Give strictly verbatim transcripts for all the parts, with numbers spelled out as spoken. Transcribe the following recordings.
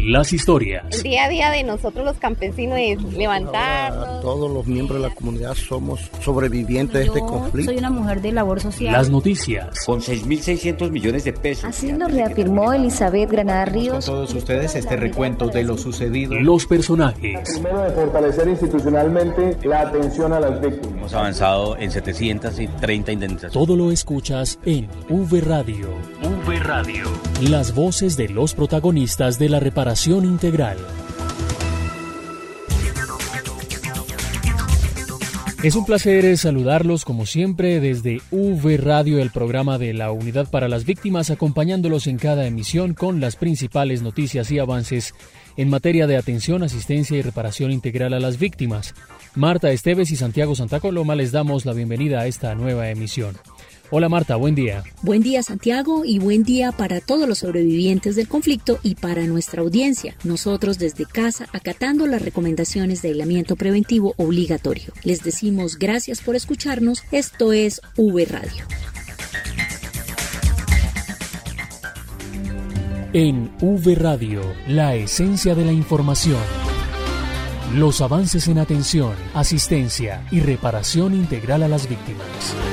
las historias. El día a día de nosotros los campesinos es levantarnos. Ahora, todos los miembros de la comunidad somos sobrevivientes de este conflicto. Soy una mujer de labor social. Las noticias. Con seis mil seiscientos millones de pesos. Así lo reafirmó Elizabeth Granada Ríos. Con todos ustedes este recuento de lo sucedido. Los personajes. Primero, de fortalecer institucionalmente la atención a las víctimas. Hemos avanzado en setecientas treinta indemnizaciones. Todo lo escuchas en V Radio. V Radio. Las voces de los protagonistas de la reparación integral. Es un placer saludarlos como siempre desde V Radio, el programa de la Unidad para las Víctimas, acompañándolos en cada emisión con las principales noticias y avances en materia de atención, asistencia y reparación integral a las víctimas. Marta Esteves y Santiago Santa Coloma les damos la bienvenida a esta nueva emisión. Hola Marta, buen día. Buen día Santiago y buen día para todos los sobrevivientes del conflicto y para nuestra audiencia. Nosotros desde casa acatando las recomendaciones de aislamiento preventivo obligatorio. Les decimos gracias por escucharnos. Esto es V Radio. En V Radio, la esencia de la información. Los avances en atención, asistencia y reparación integral a las víctimas.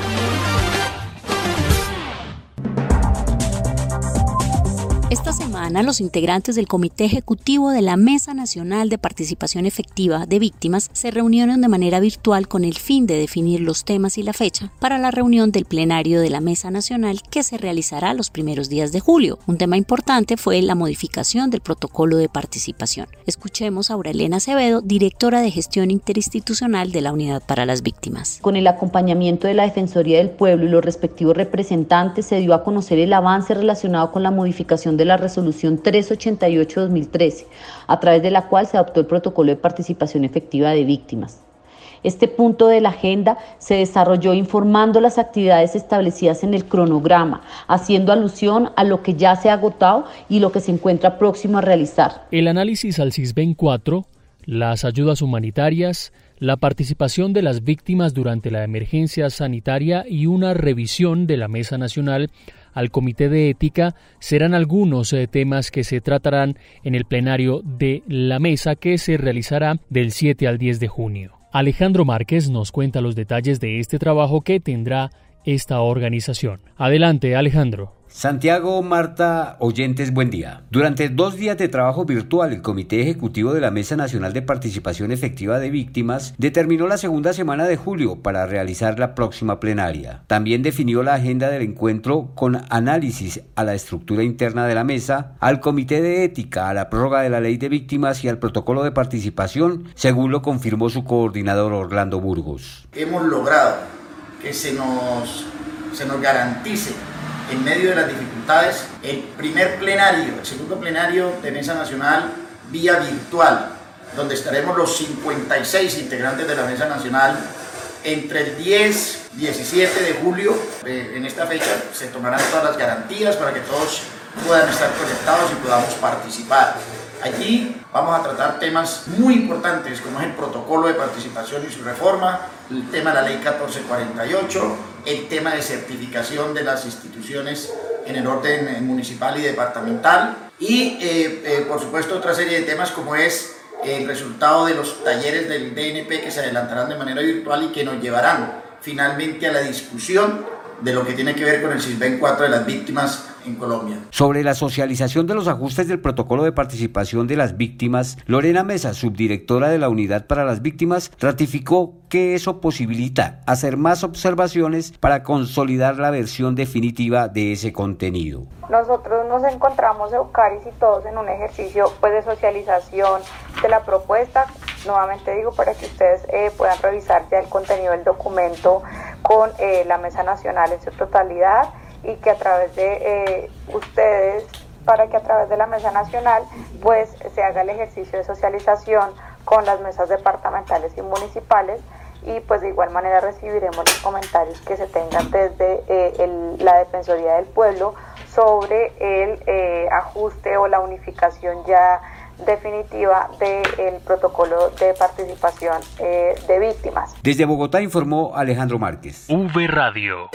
Esta semana, los integrantes del Comité Ejecutivo de la Mesa Nacional de Participación Efectiva de Víctimas se reunieron de manera virtual con el fin de definir los temas y la fecha para la reunión del plenario de la Mesa Nacional que se realizará los primeros días de julio. Un tema importante fue la modificación del protocolo de participación. Escuchemos a Aurelena Acevedo, directora de Gestión Interinstitucional de la Unidad para las Víctimas. Con el acompañamiento de la Defensoría del Pueblo y los respectivos representantes se dio a conocer el avance relacionado con la modificación de la resolución trescientos ochenta y ocho guión dos mil trece, a través de la cual se adoptó el protocolo de participación efectiva de víctimas. Este punto de la agenda se desarrolló informando las actividades establecidas en el cronograma, haciendo alusión a lo que ya se ha agotado y lo que se encuentra próximo a realizar. El análisis al CISBEN cuatro, las ayudas humanitarias, la participación de las víctimas durante la emergencia sanitaria y una revisión de la Mesa Nacional al Comité de Ética serán algunos eh, temas que se tratarán en el plenario de la mesa que se realizará del siete al diez de junio. Alejandro Márquez nos cuenta los detalles de este trabajo que tendrá esta organización. Adelante, Alejandro. Santiago, Marta, oyentes, buen día. Durante dos días de trabajo virtual, el Comité Ejecutivo de la Mesa Nacional de Participación Efectiva de Víctimas determinó la segunda semana de julio para realizar la próxima plenaria. También definió la agenda del encuentro con análisis a la estructura interna de la mesa, al Comité de Ética, a la prórroga de la Ley de Víctimas y al protocolo de participación, según lo confirmó su coordinador Orlando Burgos. Hemos logrado que se nos, se nos garantice en medio de las dificultades, el primer plenario, el segundo plenario de Mesa Nacional vía virtual, donde estaremos los cincuenta y seis integrantes de la Mesa Nacional entre el diez y diecisiete de julio. En esta fecha se tomarán todas las garantías para que todos puedan estar conectados y podamos participar. Allí vamos a tratar temas muy importantes como es el protocolo de participación y su reforma, el tema de la ley catorce cuarenta y ocho, el tema de certificación de las instituciones en el orden municipal y departamental y eh, eh, por supuesto otra serie de temas como es el resultado de los talleres del D N P que se adelantarán de manera virtual y que nos llevarán finalmente a la discusión de lo que tiene que ver con el CISBEN cuatro de las víctimas en Colombia. Sobre la socialización de los ajustes del protocolo de participación de las víctimas, Lorena Mesa, subdirectora de la Unidad para las Víctimas, ratificó que eso posibilita hacer más observaciones para consolidar la versión definitiva de ese contenido. Nosotros nos encontramos, Eucaris y todos, en un ejercicio pues, de socialización de la propuesta. Nuevamente digo, para que ustedes eh, puedan revisar ya el contenido del documento con eh, la Mesa Nacional en su totalidad y que a través de eh, ustedes, para que a través de la Mesa Nacional pues se haga el ejercicio de socialización con las mesas departamentales y municipales y pues de igual manera recibiremos los comentarios que se tengan desde eh, el, la Defensoría del Pueblo sobre el eh, ajuste o la unificación ya definitiva del protocolo de participación eh, de víctimas. Desde Bogotá informó Alejandro Márquez. V Radio.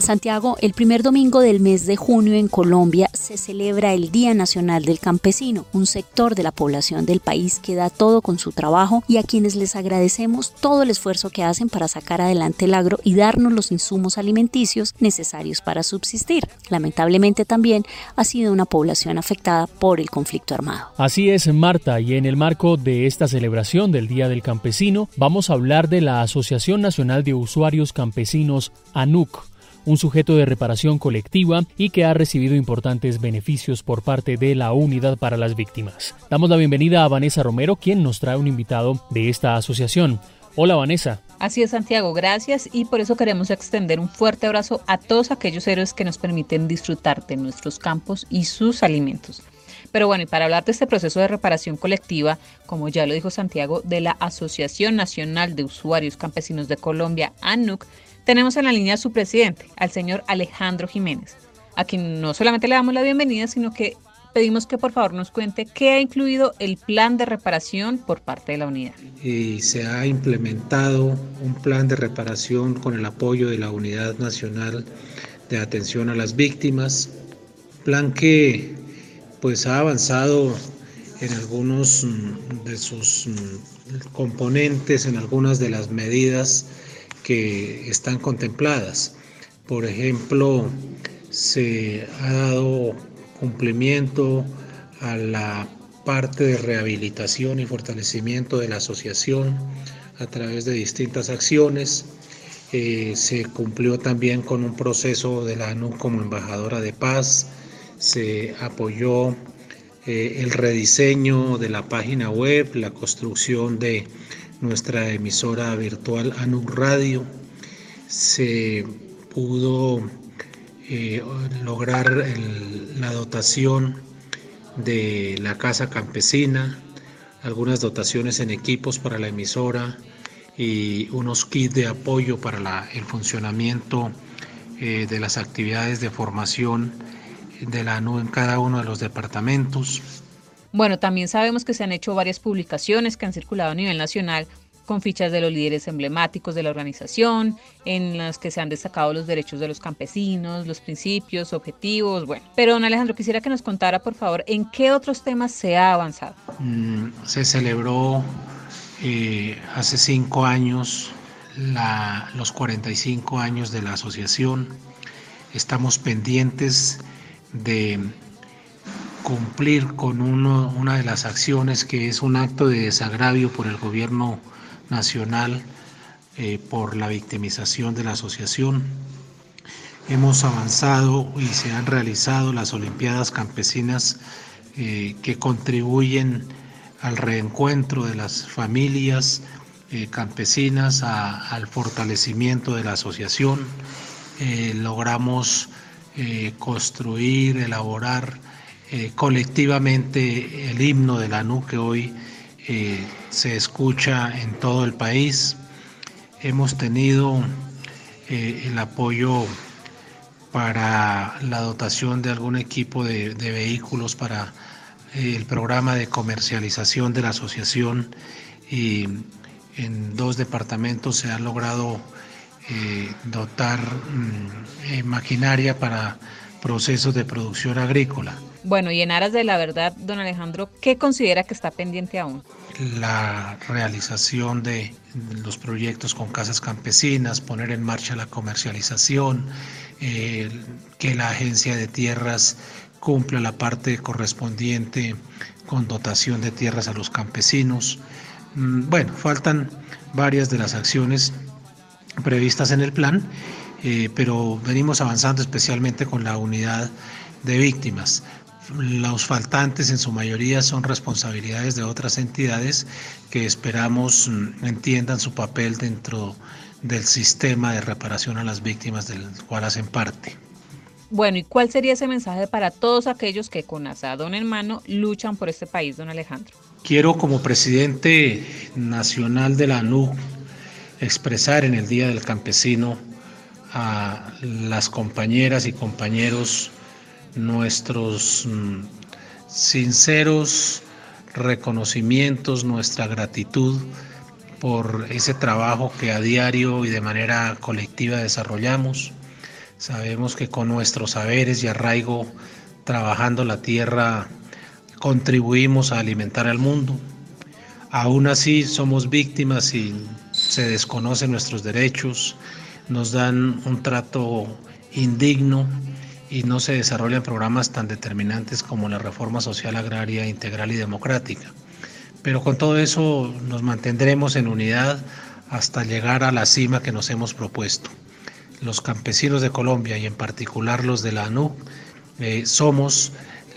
Santiago, el primer domingo del mes de junio en Colombia se celebra el Día Nacional del Campesino, un sector de la población del país que da todo con su trabajo y a quienes les agradecemos todo el esfuerzo que hacen para sacar adelante el agro y darnos los insumos alimenticios necesarios para subsistir. Lamentablemente también ha sido una población afectada por el conflicto armado. Así es, Marta, y en el marco de esta celebración del Día del Campesino, vamos a hablar de la Asociación Nacional de Usuarios Campesinos, ANUC, un sujeto de reparación colectiva y que ha recibido importantes beneficios por parte de la Unidad para las Víctimas. Damos la bienvenida a Vanessa Romero, quien nos trae un invitado de esta asociación. Hola, Vanessa. Así es, Santiago, gracias, y por eso queremos extender un fuerte abrazo a todos aquellos héroes que nos permiten disfrutar de nuestros campos y sus alimentos. Pero bueno, y para hablar de este proceso de reparación colectiva, como ya lo dijo Santiago, de la Asociación Nacional de Usuarios Campesinos de Colombia, ANUC, tenemos en la línea a su presidente, al señor Alejandro Jiménez, a quien no solamente le damos la bienvenida, sino que pedimos que por favor nos cuente qué ha incluido el plan de reparación por parte de la unidad. Y se ha implementado un plan de reparación con el apoyo de la Unidad Nacional de Atención a las Víctimas, plan que pues ha avanzado en algunos de sus componentes, en algunas de las medidas que están contempladas. Por ejemplo, se ha dado cumplimiento a la parte de rehabilitación y fortalecimiento de la asociación a través de distintas acciones. Eh, se cumplió también con un proceso de la ANUC como embajadora de paz. Se apoyó eh, el rediseño de la página web, la construcción de nuestra emisora virtual ANUC Radio. Se pudo eh, lograr el, la dotación de la Casa Campesina, algunas dotaciones en equipos para la emisora y unos kits de apoyo para la, el funcionamiento eh, de las actividades de formación de la ANUC en cada uno de los departamentos. Bueno, también sabemos que se han hecho varias publicaciones que han circulado a nivel nacional con fichas de los líderes emblemáticos de la organización, en las que se han destacado los derechos de los campesinos, los principios, objetivos, bueno. Pero don Alejandro, quisiera que nos contara, por favor, en qué otros temas se ha avanzado. Mm, se celebró eh, hace cinco años la, los cuarenta y cinco años de la asociación. Estamos pendientes de cumplir con uno, una de las acciones que es un acto de desagravio por el gobierno nacional eh, por la victimización de la asociación. Hemos avanzado y se han realizado las Olimpiadas Campesinas eh, que contribuyen al reencuentro de las familias eh, campesinas, a, al fortalecimiento de la asociación. Eh, logramos eh, construir, elaborar eh, colectivamente el himno de la ANUC que hoy eh, se escucha en todo el país. Hemos tenido eh, el apoyo para la dotación de algún equipo de, de vehículos para eh, el programa de comercialización de la asociación, y en dos departamentos se ha logrado eh, dotar mm, eh, maquinaria para procesos de producción agrícola. Bueno, y en aras de la verdad, don Alejandro, ¿qué considera que está pendiente aún? La realización de los proyectos con casas campesinas, poner en marcha la comercialización, eh, que la agencia de tierras cumpla la parte correspondiente con dotación de tierras a los campesinos. Bueno, faltan varias de las acciones previstas en el plan, eh, pero venimos avanzando especialmente con la unidad de víctimas. Los faltantes en su mayoría son responsabilidades de otras entidades que esperamos entiendan su papel dentro del sistema de reparación a las víctimas del cual hacen parte. Bueno, ¿y cuál sería ese mensaje para todos aquellos que con asadón en mano luchan por este país, don Alejandro? Quiero, como presidente nacional de la ANUC, expresar en el Día del Campesino a las compañeras y compañeros nuestros mm, sinceros reconocimientos, nuestra gratitud por ese trabajo que a diario y de manera colectiva desarrollamos. Sabemos que con nuestros saberes y arraigo, trabajando la tierra, contribuimos a alimentar al mundo. Aún así somos víctimas y se desconocen nuestros derechos, nos dan un trato indigno y no se desarrollan programas tan determinantes como la reforma social agraria integral y democrática. Pero con todo eso nos mantendremos en unidad hasta llegar a la cima que nos hemos propuesto. Los campesinos de Colombia y en particular los de la A N U, eh, somos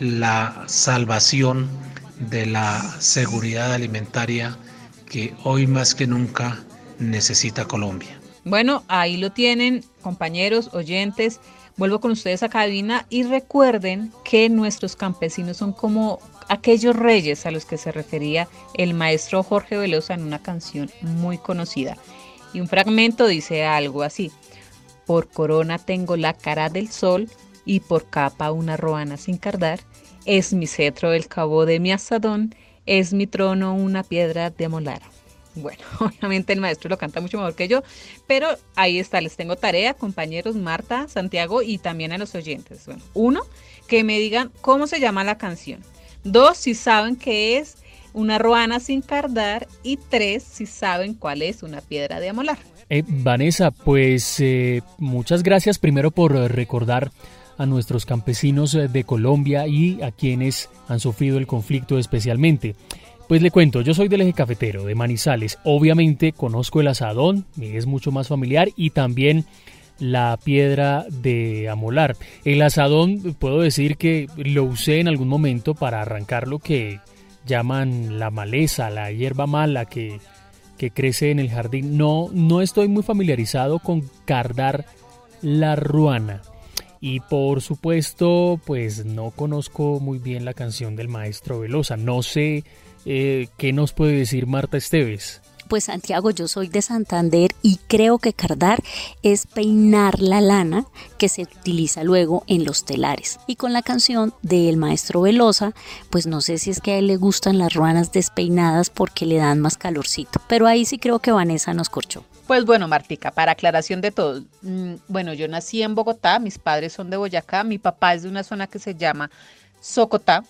la salvación de la seguridad alimentaria que hoy más que nunca necesita Colombia. Bueno, ahí lo tienen, compañeros, oyentes. Vuelvo con ustedes a cabina y recuerden que nuestros campesinos son como aquellos reyes a los que se refería el maestro Jorge Velosa en una canción muy conocida. Y un fragmento dice algo así: por corona tengo la cara del sol y por capa una roana sin cardar. Es mi cetro el cabo de mi asadón, es mi trono una piedra de molar. Bueno, obviamente el maestro lo canta mucho mejor que yo, pero ahí está, les tengo tarea, compañeros, Marta, Santiago y también a los oyentes. Bueno, uno, que me digan cómo se llama la canción. Dos, si saben qué es una roana sin cardar. Y tres, si saben cuál es una piedra de amolar. Eh, Vanessa, pues eh, muchas gracias primero por eh, recordar a nuestros campesinos de Colombia y a quienes han sufrido el conflicto especialmente. Pues le cuento, yo soy del eje cafetero, de Manizales. Obviamente conozco el asadón, me es mucho más familiar, y también la piedra de amolar. El asadón, puedo decir que lo usé en algún momento para arrancar lo que llaman la maleza, la hierba mala que, que crece en el jardín. No, no estoy muy familiarizado con cardar la ruana. Y por supuesto, pues no conozco muy bien la canción del maestro Velosa. No sé eh, qué nos puede decir Marta Esteves. Pues Santiago, yo soy de Santander y creo que cardar es peinar la lana que se utiliza luego en los telares. Y con la canción del maestro Velosa, pues no sé si es que a él le gustan las ruanas despeinadas porque le dan más calorcito. Pero ahí sí creo que Vanessa nos corchó. Pues bueno, Martica, para aclaración de todo, mmm, bueno, yo nací en Bogotá, mis padres son de Boyacá, mi papá es de una zona que se llama Socotá,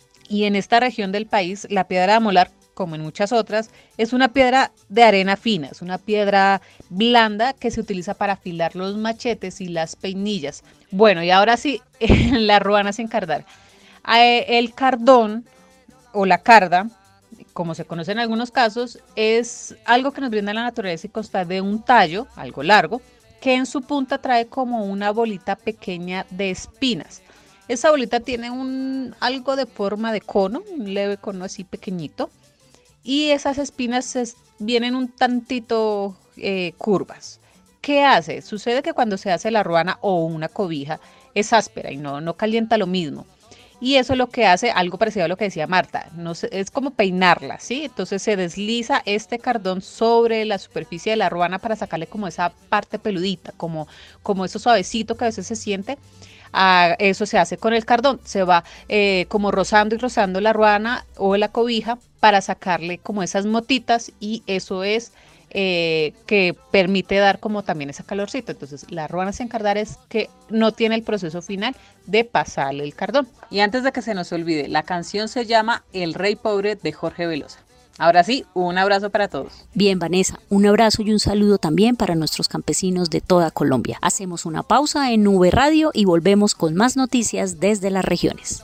y en esta región del país la piedra de amolar, como en muchas otras, es una piedra de arena fina, es una piedra blanda que se utiliza para afilar los machetes y las peinillas. Bueno, y ahora sí, la ruana sin cardar. El cardón o la carda, como se conoce en algunos casos, es algo que nos brinda la naturaleza y consta de un tallo, algo largo, que en su punta trae como una bolita pequeña de espinas. Esa bolita tiene un algo de forma de cono, un leve cono así pequeñito, y esas espinas se, vienen un tantito eh, curvas. ¿Qué hace? Sucede que cuando se hace la ruana o una cobija es áspera y no, no calienta lo mismo. Y eso es lo que hace algo parecido a lo que decía Marta, no se, es como peinarla, ¿sí? Entonces se desliza este cardón sobre la superficie de la ruana para sacarle como esa parte peludita, como, como eso suavecito que a veces se siente. Ah, eso se hace con el cardón, se va eh, como rozando y rozando la ruana o la cobija para sacarle como esas motitas, y eso es Eh, que permite dar como también ese calorcito. Entonces la ruana sin cardar es que no tiene el proceso final de pasarle el cardón. Y antes de que se nos olvide, la canción se llama El Rey Pobre de Jorge Velosa. Ahora sí, un abrazo para todos. Bien, Vanessa, un abrazo y un saludo también para nuestros campesinos de toda Colombia. Hacemos una pausa en Nube Radio y volvemos con más noticias desde las regiones.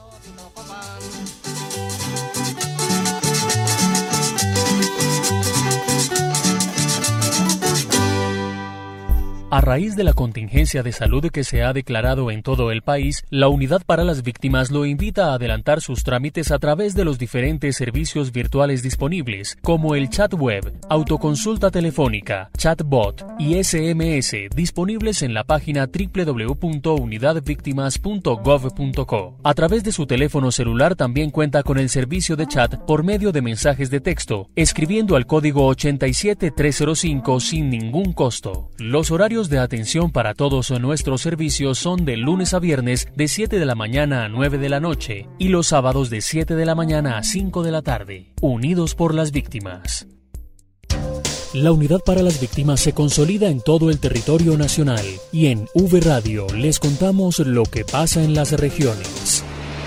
A raíz de la contingencia de salud que se ha declarado en todo el país, la Unidad para las Víctimas lo invita a adelantar sus trámites a través de los diferentes servicios virtuales disponibles, como el chat web, autoconsulta telefónica, chatbot y S M S, disponibles en la página doble u doble u doble u punto unidad víctimas punto gov punto co. A través de su teléfono celular también cuenta con el servicio de chat por medio de mensajes de texto, escribiendo al código ochenta y siete tres cero cinco sin ningún costo. Los horarios de atención para todos nuestros servicios son de lunes a viernes de siete de la mañana a nueve de la noche y los sábados de siete de la mañana a cinco de la tarde. Unidos por las víctimas. La Unidad para las Víctimas se consolida en todo el territorio nacional y en V Radio les contamos lo que pasa en las regiones.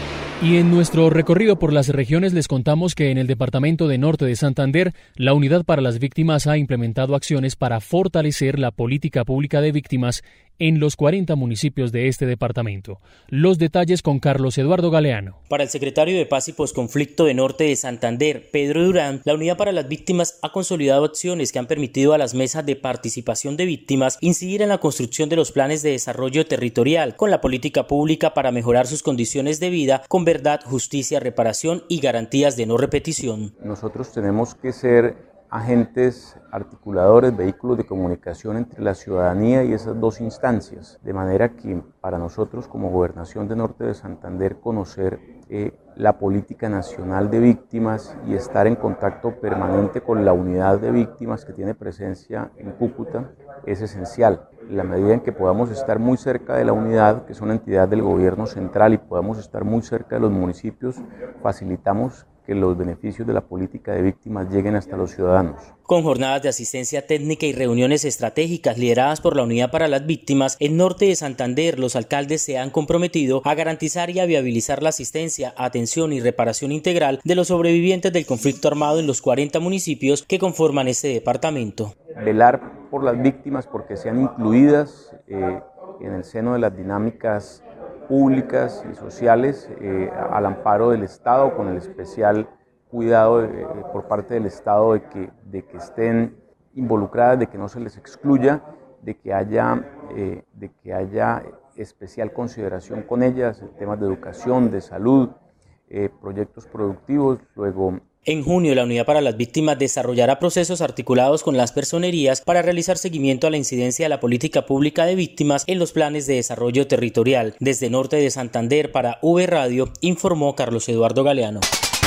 Y en nuestro recorrido por las regiones les contamos que en el departamento de Norte de Santander, la Unidad para las Víctimas ha implementado acciones para fortalecer la política pública de víctimas en los cuarenta municipios de este departamento. Los detalles con Carlos Eduardo Galeano. Para el secretario de Paz y Posconflicto de Norte de Santander, Pedro Durán, la Unidad para las Víctimas ha consolidado acciones que han permitido a las mesas de participación de víctimas incidir en la construcción de los planes de desarrollo territorial con la política pública para mejorar sus condiciones de vida con verdad, justicia, reparación y garantías de no repetición. Nosotros tenemos que ser agentes articuladores, vehículos de comunicación entre la ciudadanía y esas dos instancias, de manera que para nosotros como Gobernación de Norte de Santander conocer eh, la política nacional de víctimas y estar en contacto permanente con la unidad de víctimas que tiene presencia en Cúcuta es esencial. En la medida en que podamos estar muy cerca de la unidad, que es una entidad del gobierno central, y podamos estar muy cerca de los municipios, facilitamos que los beneficios de la política de víctimas lleguen hasta los ciudadanos. Con jornadas de asistencia técnica y reuniones estratégicas lideradas por la Unidad para las Víctimas, en Norte de Santander los alcaldes se han comprometido a garantizar y a viabilizar la asistencia, atención y reparación integral de los sobrevivientes del conflicto armado en los cuarenta municipios que conforman este departamento. Velar por las víctimas porque sean incluidas eh, en el seno de las dinámicas públicas y sociales eh, al amparo del Estado, con el especial cuidado eh, por parte del Estado de que, de que estén involucradas, de que no se les excluya, de que haya, eh, de que haya especial consideración con ellas en temas de educación, de salud, eh, proyectos productivos, luego... En junio, la Unidad para las Víctimas desarrollará procesos articulados con las personerías para realizar seguimiento a la incidencia de la política pública de víctimas en los planes de desarrollo territorial. Desde Norte de Santander para V Radio, informó Carlos Eduardo Galeano.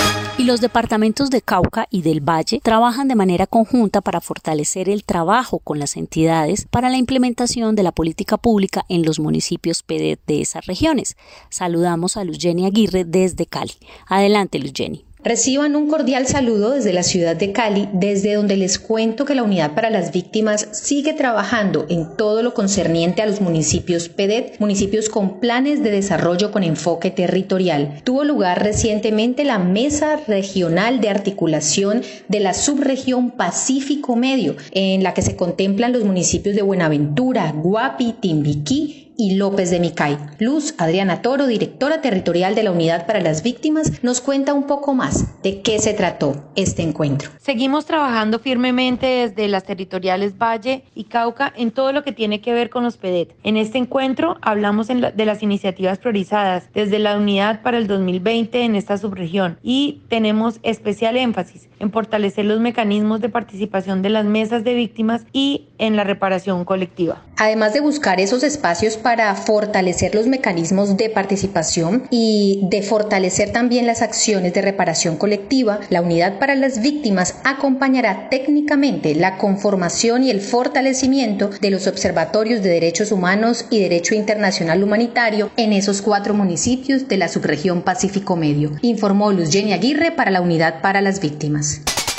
Y los departamentos de Cauca y del Valle trabajan de manera conjunta para fortalecer el trabajo con las entidades para la implementación de la política pública en los municipios P D de esas regiones. Saludamos a Luz Jenny Aguirre desde Cali. Adelante, Luz Jenny. Reciban un cordial saludo desde la ciudad de Cali, desde donde les cuento que la Unidad para las Víctimas sigue trabajando en todo lo concerniente a los municipios P D E T, municipios con planes de desarrollo con enfoque territorial. Tuvo lugar recientemente la Mesa Regional de Articulación de la Subregión Pacífico Medio, en la que se contemplan los municipios de Buenaventura, Guapi, Timbiquí y López de Micay. Luz Adriana Toro, directora territorial de la Unidad para las Víctimas, nos cuenta un poco más de qué se trató este encuentro. Seguimos trabajando firmemente desde las territoriales Valle y Cauca en todo lo que tiene que ver con los P D E T. En este encuentro hablamos en la, de las iniciativas priorizadas desde la unidad para el dos mil veinte en esta subregión y tenemos especial énfasis en fortalecer los mecanismos de participación de las mesas de víctimas y en la reparación colectiva. Además de buscar esos espacios para fortalecer los mecanismos de participación y de fortalecer también las acciones de reparación colectiva, la Unidad para las Víctimas acompañará técnicamente la conformación y el fortalecimiento de los observatorios de derechos humanos y derecho internacional humanitario en esos cuatro municipios de la subregión Pacífico Medio, informó Luz Jenny Aguirre para la Unidad para las Víctimas.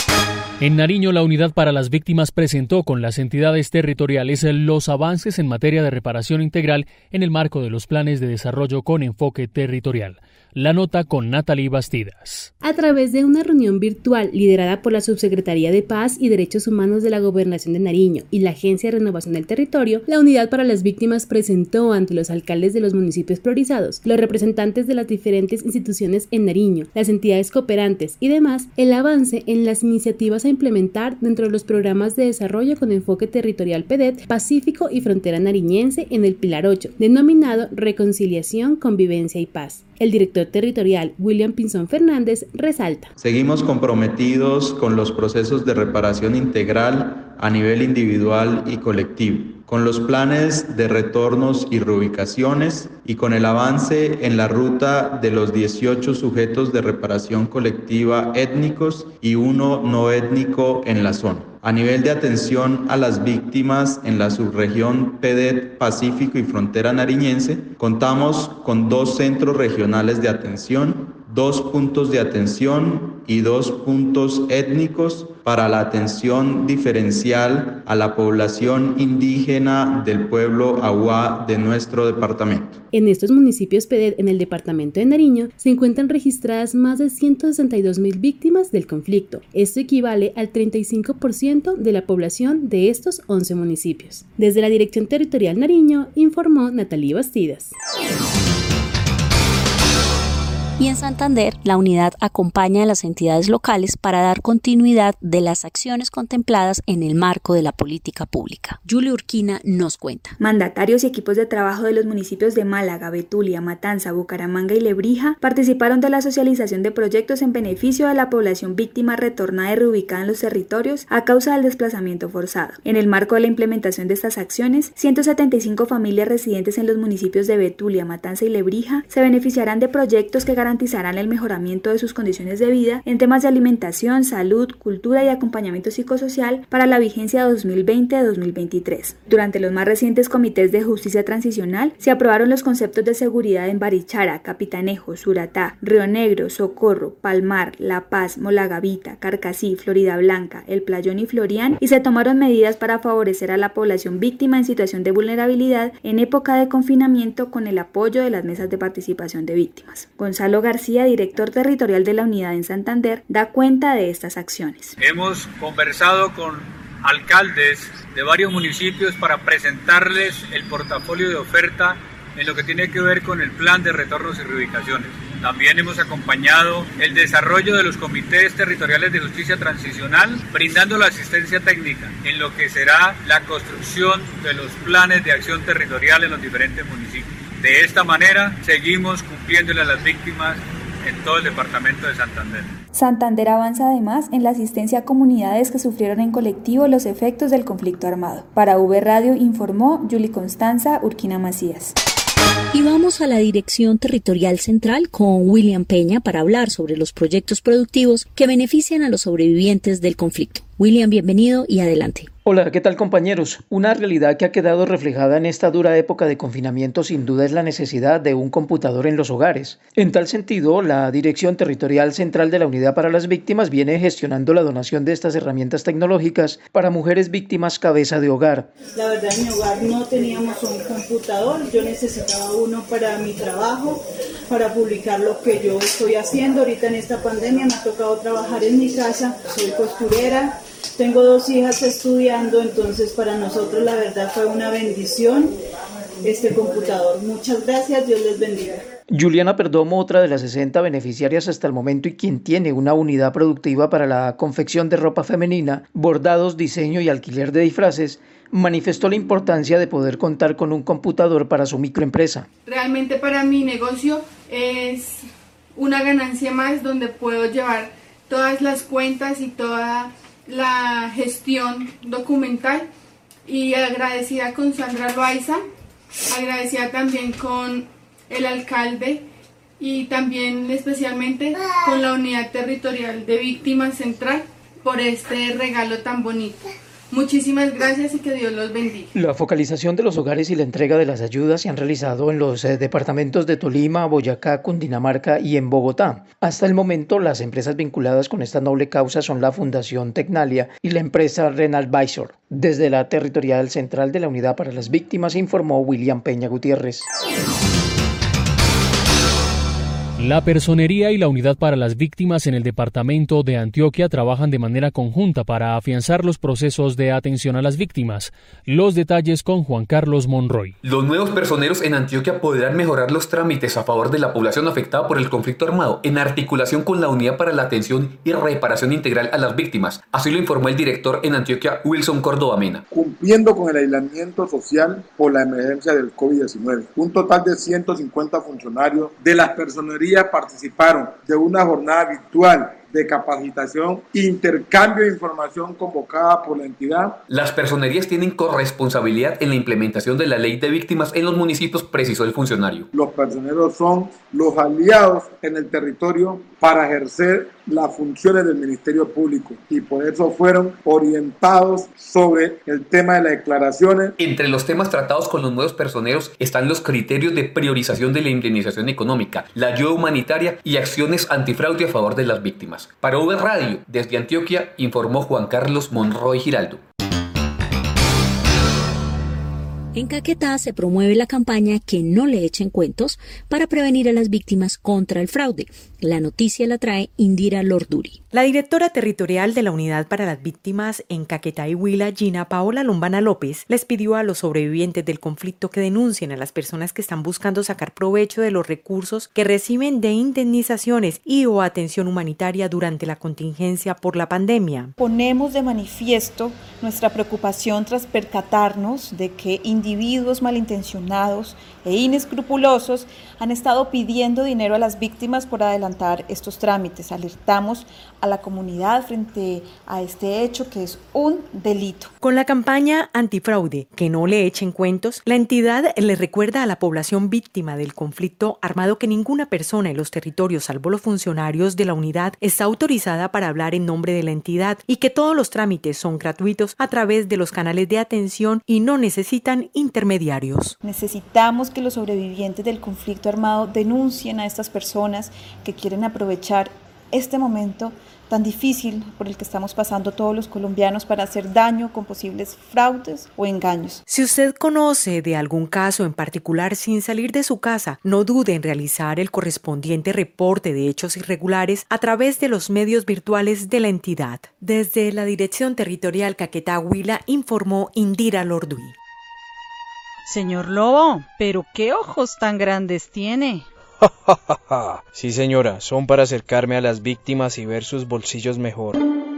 En Nariño, la Unidad para las Víctimas presentó con las entidades territoriales los avances en materia de reparación integral en el marco de los planes de desarrollo con enfoque territorial. La nota con Natalie Bastidas. A través de una reunión virtual liderada por la Subsecretaría de Paz y Derechos Humanos de la Gobernación de Nariño y la Agencia de Renovación del Territorio, la Unidad para las Víctimas presentó ante los alcaldes de los municipios priorizados, los representantes de las diferentes instituciones en Nariño, las entidades cooperantes y demás, el avance en las iniciativas a implementar dentro de los programas de desarrollo con enfoque territorial P D E T, Pacífico y Frontera Nariñense en el Pilar ocho, denominado Reconciliación, Convivencia y Paz. El director territorial, William Pinzón Fernández, resalta. Seguimos comprometidos con los procesos de reparación integral a nivel individual y colectivo, con los planes de retornos y reubicaciones y con el avance en la ruta de los dieciocho sujetos de reparación colectiva étnicos y uno no étnico en la zona. A nivel de atención a las víctimas en la subregión P D E T, Pacífico y Frontera Nariñense, contamos con dos centros regionales de atención, dos puntos de atención y dos puntos étnicos para la atención diferencial a la población indígena del pueblo Aguá de nuestro departamento. En estos municipios P E D E en el departamento de Nariño se encuentran registradas más de ciento sesenta y dos mil víctimas del conflicto. Esto equivale al treinta y cinco por ciento de la población de estos once municipios. Desde la Dirección Territorial Nariño, informó Natalie Bastidas. Y en Santander, la unidad acompaña a las entidades locales para dar continuidad de las acciones contempladas en el marco de la política pública. Julia Urquina nos cuenta. Mandatarios y equipos de trabajo de los municipios de Málaga, Betulia, Matanza, Bucaramanga y Lebrija participaron de la socialización de proyectos en beneficio de la población víctima retornada y reubicada en los territorios a causa del desplazamiento forzado. En el marco de la implementación de estas acciones, ciento setenta y cinco familias residentes en los municipios de Betulia, Matanza y Lebrija se beneficiarán de proyectos que garantizarán el mejoramiento de sus condiciones de vida en temas de alimentación, salud, cultura y acompañamiento psicosocial para la vigencia dos mil veinte a dos mil veintitrés. Durante los más recientes comités de justicia transicional se aprobaron los conceptos de seguridad en Barichara, Capitanejo, Suratá, Río Negro, Socorro, Palmar, La Paz, Molagavita, Carcassí, Florida Blanca, El Playón y Florián, y se tomaron medidas para favorecer a la población víctima en situación de vulnerabilidad en época de confinamiento con el apoyo de las mesas de participación de víctimas. Gonzalo García, director territorial de la unidad en Santander, da cuenta de estas acciones. Hemos conversado con alcaldes de varios municipios para presentarles el portafolio de oferta en lo que tiene que ver con el plan de retornos y reubicaciones. También hemos acompañado el desarrollo de los comités territoriales de justicia transicional, brindando la asistencia técnica en lo que será la construcción de los planes de acción territorial en los diferentes municipios. De esta manera, seguimos cumpliéndole a las víctimas en todo el departamento de Santander. Santander avanza además en la asistencia a comunidades que sufrieron en colectivo los efectos del conflicto armado. Para V Radio informó Yuli Constanza Urquina Macías. Y vamos a la Dirección Territorial Central con William Peña para hablar sobre los proyectos productivos que benefician a los sobrevivientes del conflicto. William, bienvenido y adelante. Hola, ¿qué tal compañeros? Una realidad que ha quedado reflejada en esta dura época de confinamiento sin duda es la necesidad de un computador en los hogares. En tal sentido, la Dirección Territorial Central de la Unidad para las Víctimas viene gestionando la donación de estas herramientas tecnológicas para mujeres víctimas cabeza de hogar. La verdad, en mi hogar no teníamos un computador, yo necesitaba uno para mi trabajo, para publicar lo que yo estoy haciendo. Ahorita en esta pandemia me ha tocado trabajar en mi casa, soy costurera. Tengo dos hijas estudiando, entonces para nosotros la verdad fue una bendición este computador. Muchas gracias, Dios les bendiga. Juliana Perdomo, otra de las sesenta beneficiarias hasta el momento y quien tiene una unidad productiva para la confección de ropa femenina, bordados, diseño y alquiler de disfraces, manifestó la importancia de poder contar con un computador para su microempresa. Realmente para mi negocio es una ganancia más donde puedo llevar todas las cuentas y toda la gestión documental, y agradecida con Sandra Loaiza, agradecida también con el alcalde y también especialmente con la Unidad Territorial de Víctimas Central por este regalo tan bonito. Muchísimas gracias y que Dios los bendiga. La focalización de los hogares y la entrega de las ayudas se han realizado en los eh, departamentos de Tolima, Boyacá, Cundinamarca y en Bogotá. Hasta el momento, las empresas vinculadas con esta noble causa son la Fundación Tecnalia y la empresa Renalvisor. Desde la Territorial Central de la Unidad para las Víctimas informó William Peña Gutiérrez. La Personería y la Unidad para las Víctimas en el departamento de Antioquia trabajan de manera conjunta para afianzar los procesos de atención a las víctimas. Los detalles con Juan Carlos Monroy. Los nuevos personeros en Antioquia podrán mejorar los trámites a favor de la población afectada por el conflicto armado en articulación con la Unidad para la Atención y Reparación Integral a las Víctimas. Así lo informó el director en Antioquia, Wilson Córdoba Mena. Cumpliendo con el aislamiento social por la emergencia del COVID diecinueve, un total de ciento cincuenta funcionarios de las personerías participaron de una jornada virtual de capacitación, intercambio de información convocada por la entidad. Las personerías tienen corresponsabilidad en la implementación de la ley de víctimas en los municipios, precisó el funcionario. Los personeros son los aliados en el territorio para ejercer las funciones del Ministerio Público y por eso fueron orientados sobre el tema de las declaraciones. Entre los temas tratados con los nuevos personeros están los criterios de priorización de la indemnización económica, la ayuda humanitaria y acciones antifraude a favor de las víctimas. Para V Radio, desde Antioquia, informó Juan Carlos Monroy Giraldo. En Caquetá se promueve la campaña Que no le echen cuentos para prevenir a las víctimas contra el fraude. La noticia la trae Indira Lorduri. La directora territorial de la Unidad para las Víctimas en Caquetá y Huila, Gina Paola Lombana López, les pidió a los sobrevivientes del conflicto que denuncien a las personas que están buscando sacar provecho de los recursos que reciben de indemnizaciones y o atención humanitaria durante la contingencia por la pandemia. Ponemos de manifiesto nuestra preocupación tras percatarnos de que individuos malintencionados e inescrupulosos han estado pidiendo dinero a las víctimas por adelantar estos trámites. Alertamos a la comunidad frente a este hecho que es un delito. Con la campaña antifraude Que no le echen cuentos, la entidad le recuerda a la población víctima del conflicto armado que ninguna persona en los territorios, salvo los funcionarios de la unidad, está autorizada para hablar en nombre de la entidad y que todos los trámites son gratuitos a través de los canales de atención y no necesitan intermediarios. Necesitamos que los sobrevivientes del conflicto armado denuncien a estas personas que quieren aprovechar este momento tan difícil por el que estamos pasando todos los colombianos para hacer daño con posibles fraudes o engaños. Si usted conoce de algún caso en particular sin salir de su casa, no dude en realizar el correspondiente reporte de hechos irregulares a través de los medios virtuales de la entidad. Desde la Dirección Territorial Caquetá Huila informó Indira Lordui. Señor Lobo, ¿pero qué ojos tan grandes tiene? Sí, señora, son para acercarme a las víctimas y ver sus bolsillos mejor.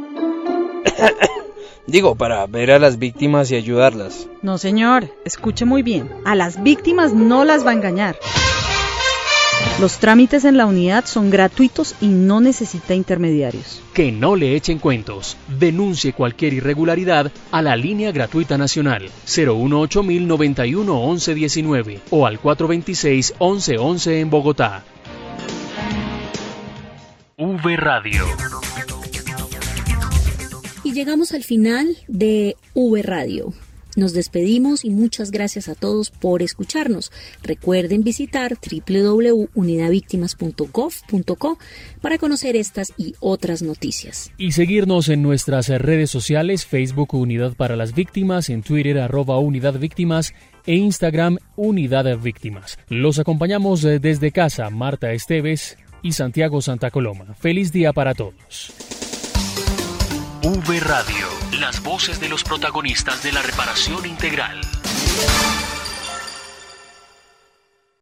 Digo, para ver a las víctimas y ayudarlas. No, señor, escuche muy bien. A las víctimas no las va a engañar. Los trámites en la unidad son gratuitos y no necesita intermediarios. Que no le echen cuentos. Denuncie cualquier irregularidad a la línea gratuita nacional cero uno ocho mil noventa y uno once diecinueve o al cuatro veintiséis once once en Bogotá. V Radio. Y llegamos al final de V Radio. Nos despedimos y muchas gracias a todos por escucharnos. Recuerden visitar doble u doble u doble u punto unidad víctimas punto gov punto co para conocer estas y otras noticias. Y seguirnos en nuestras redes sociales, Facebook Unidad para las Víctimas, en Twitter arroba Unidad Víctimas e Instagram Unidad Víctimas. Los acompañamos desde casa, Marta Esteves y Santiago Santa Coloma. Feliz día para todos. V Radio, las voces de los protagonistas de la reparación integral.